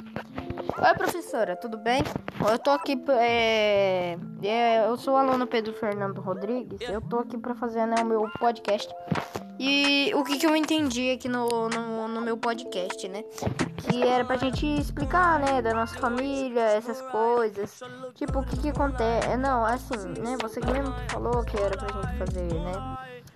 Oi, professora, tudo bem? Eu tô aqui, eu sou o aluno Pedro Fernando Rodrigues. Eu tô aqui pra fazer, né, o meu podcast. E o que eu entendi aqui no meu podcast, né? Que era pra gente explicar, né, da nossa família, essas coisas. Tipo, o que acontece. Não, assim, né? Você que mesmo falou que era pra gente fazer, né?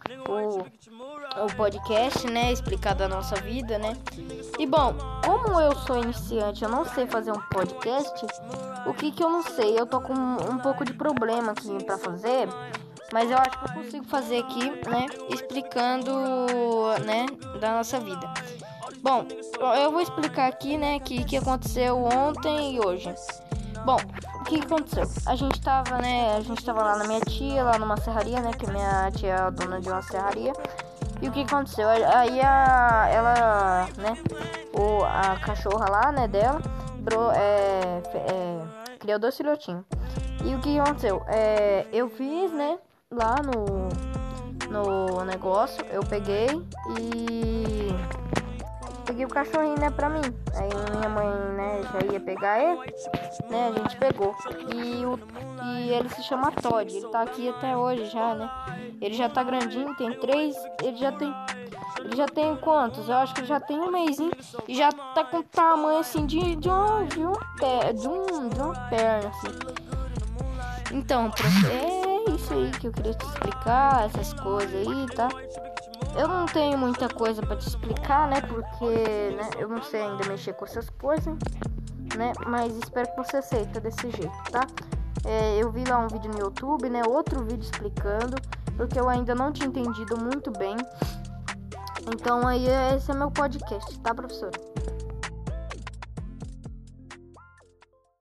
O podcast, né? Explicar da nossa vida, né? E bom, como eu sou iniciante, eu não sei fazer um podcast. O que eu não sei? Eu tô com um pouco de problema aqui pra fazer. Mas eu acho que eu consigo fazer aqui, né? Explicando, né? Da nossa vida. Bom, eu vou explicar aqui, né? Que aconteceu ontem e hoje. Bom, o que aconteceu? A gente tava lá na minha tia, lá numa serraria, né? Que minha tia é a dona de uma serraria. E o que aconteceu? Aí né? A cachorra lá, né, dela, criou 2 filhotinhos. E o que aconteceu? Eu fiz, né, lá no negócio, eu peguei o cachorrinho, né, pra mim. Aí minha mãe, né, já ia pegar ele, né, a gente pegou. E ele se chama Todd, ele tá aqui até hoje já, né. Ele já tá grandinho, tem 3, ele já tem quantos? Eu acho que ele já tem um mêsinho e já tá com tamanho assim de uma perna, assim. Então, prof, é isso aí que eu queria te explicar, essas coisas aí, tá? Eu não tenho muita coisa pra te explicar, né? Porque, né, eu não sei ainda mexer com essas coisas, né? Mas espero que você aceita desse jeito, tá? Eu vi lá um vídeo no YouTube, né? Outro vídeo explicando, porque eu ainda não tinha entendido muito bem. Então aí esse é meu podcast, tá, professora?